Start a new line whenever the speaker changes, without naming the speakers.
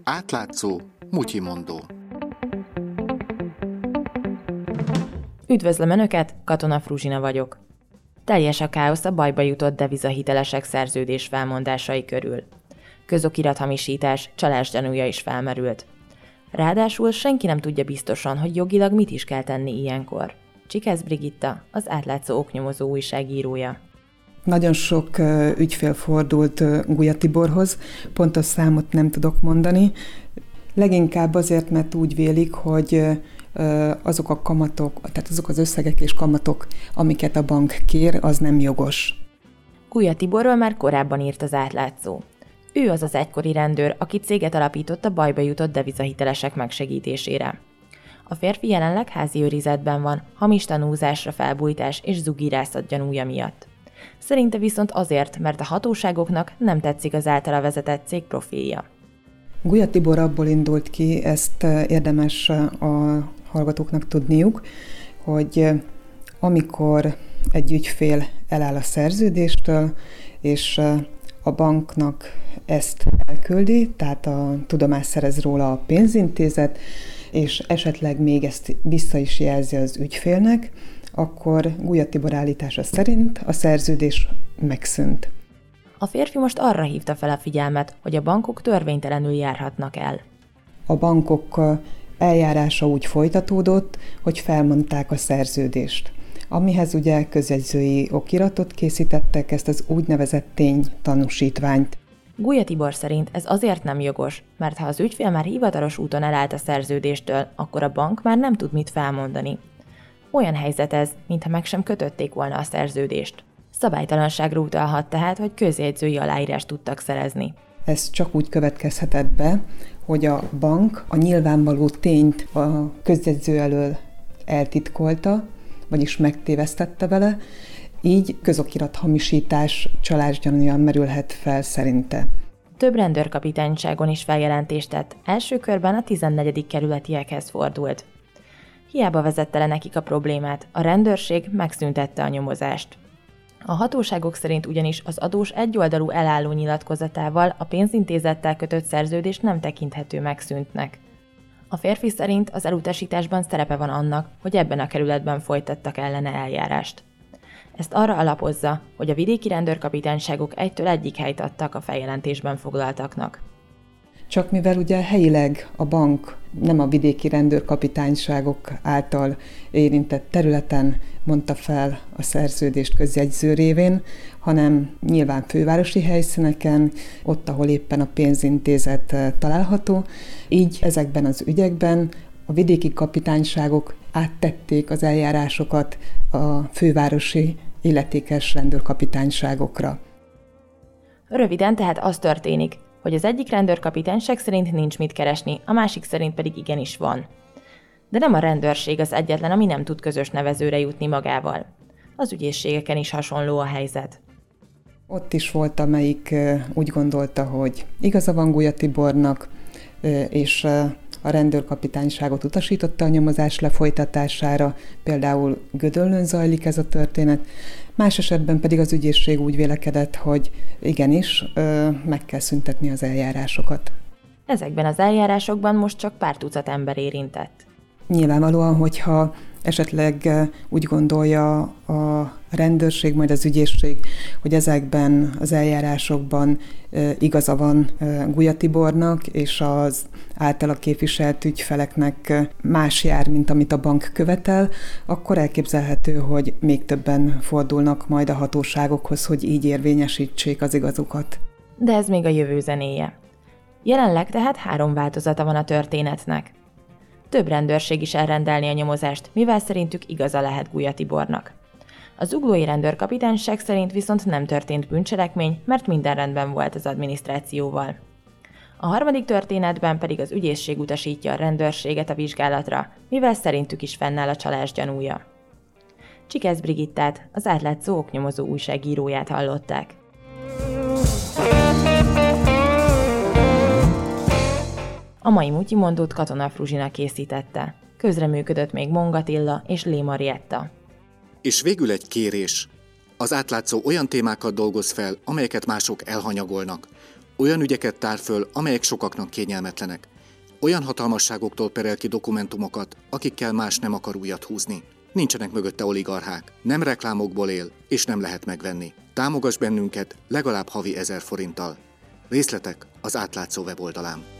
Átlátszó, mutyimondó.
Üdvözlöm Önöket, Katona Fruzsina vagyok. Teljes a káosz a bajba jutott devizahitelesek szerződés felmondásai körül. Közokirathamisítás, csalás gyanúja is felmerült. Ráadásul senki nem tudja biztosan, hogy jogilag mit is kell tenni ilyenkor. Csikesz Brigitta, az Átlátszó oknyomozó újságírója.
Nagyon sok ügyfél fordult Gulyá Tiborhoz, pontos számot nem tudok mondani. Leginkább azért, mert úgy vélik, hogy azok a kamatok, tehát azok az összegek és kamatok, amiket a bank kér, az nem jogos.
Gulyá Tiborról már korábban írt az Átlátszó. Ő az az egykori rendőr, aki céget alapított a bajba jutott devizahitelesek megsegítésére. A férfi jelenleg házi őrizetben van, hamis tanúzásra felbujtás és zugirászat gyanúja miatt. Szerinte viszont azért, mert a hatóságoknak nem tetszik az általa vezetett cég profilja.
Gulyá Tibor abból indult ki, ezt érdemes a hallgatóknak tudniuk, hogy amikor egy ügyfél eláll a szerződéstől, és a banknak ezt elküldi, tehát a tudomást szerez róla a pénzintézet, és esetleg még ezt vissza is jelzi az ügyfélnek, akkor Gulyá Tibor állítása szerint a szerződés megszűnt.
A férfi most arra hívta fel a figyelmet, hogy a bankok törvénytelenül járhatnak el.
A bankok eljárása úgy folytatódott, hogy felmondták a szerződést. Amihez ugye közjegyzői okiratot készítettek, ezt az úgynevezett ténytanúsítványt.
Gulyá Tibor szerint ez azért nem jogos, mert ha az ügyfél már hivatalos úton elállt a szerződéstől, akkor a bank már nem tud mit felmondani. Olyan helyzet ez, mintha meg sem kötötték volna a szerződést. Szabálytalanságra utalhat tehát, hogy közjegyzői aláírást tudtak szerezni.
Ez csak úgy következhetett be, hogy a bank a nyilvánvaló tényt a közjegyző elől eltitkolta, vagyis megtévesztette vele, így közokirathamisítás csalás gyanúja merülhet fel szerinte.
Több rendőrkapitányságon is feljelentést tett, első körben a 14. kerületiekhez fordult. Hiába vezette le nekik a problémát, a rendőrség megszüntette a nyomozást. A hatóságok szerint ugyanis az adós egyoldalú elálló nyilatkozatával a pénzintézettel kötött szerződés nem tekinthető megszűntnek. A férfi szerint az elutasításban szerepe van annak, hogy ebben a kerületben folytattak ellene eljárást. Ezt arra alapozza, hogy a vidéki rendőrkapitányságok egytől egyik helyt adtak a feljelentésben foglaltaknak.
Csak mivel ugye helyileg a bank nem a vidéki rendőrkapitányságok által érintett területen mondta fel a szerződést közjegyző révén, hanem nyilván fővárosi helyszíneken, ott, ahol éppen a pénzintézet található, így ezekben az ügyekben a vidéki kapitányságok áttették az eljárásokat a fővárosi illetékes rendőrkapitányságokra.
Röviden tehát az történik, hogy az egyik rendőrkapitányság szerint nincs mit keresni, a másik szerint pedig igenis van. De nem a rendőrség az egyetlen, ami nem tud közös nevezőre jutni magával. Az ügyészségeken is hasonló a helyzet.
Ott is volt, amelyik úgy gondolta, hogy igaza van Gulyá Tibornak, és a rendőrkapitányságot utasította a nyomozás lefolytatására, például Gödöllőn zajlik ez a történet, más esetben pedig az ügyészség úgy vélekedett, hogy igenis, meg kell szüntetni az eljárásokat.
Ezekben az eljárásokban most csak pár tucat ember érintett.
Nyilvánvalóan, hogyha esetleg úgy gondolja a rendőrség, majd az ügyészség, hogy ezekben az eljárásokban igaza van Gulyá Tibornak, és az általa képviselt ügyfeleknek más jár, mint amit a bank követel, akkor elképzelhető, hogy még többen fordulnak majd a hatóságokhoz, hogy így érvényesítsék az igazukat.
De ez még a jövő zenéje. Jelenleg tehát 3 változata van a történetnek. Több rendőrség is elrendelni a nyomozást, mivel szerintük igaza lehet Gulyá Tibornak. Az zuglói rendőrkapitányság szerint viszont nem történt bűncselekmény, mert minden rendben volt az adminisztrációval. A harmadik történetben pedig az ügyészség utasítja a rendőrséget a vizsgálatra, mivel szerintük is fennáll a csalás gyanúja. Csikesz Brigittát, az Átlátszó oknyomozó újságíróját hallották. A mai mutyimondót Katona Fruzsina készítette. Közreműködött még Mong Attila és Lé Marietta.
És végül egy kérés. Az Átlátszó olyan témákat dolgoz fel, amelyeket mások elhanyagolnak. Olyan ügyeket tár föl, amelyek sokaknak kényelmetlenek. Olyan hatalmasságoktól perel ki dokumentumokat, akikkel más nem akar újat húzni. Nincsenek mögötte oligarchák, nem reklámokból él, és nem lehet megvenni. Támogass bennünket legalább havi 1000 forinttal. Részletek az átlátszó weboldalán.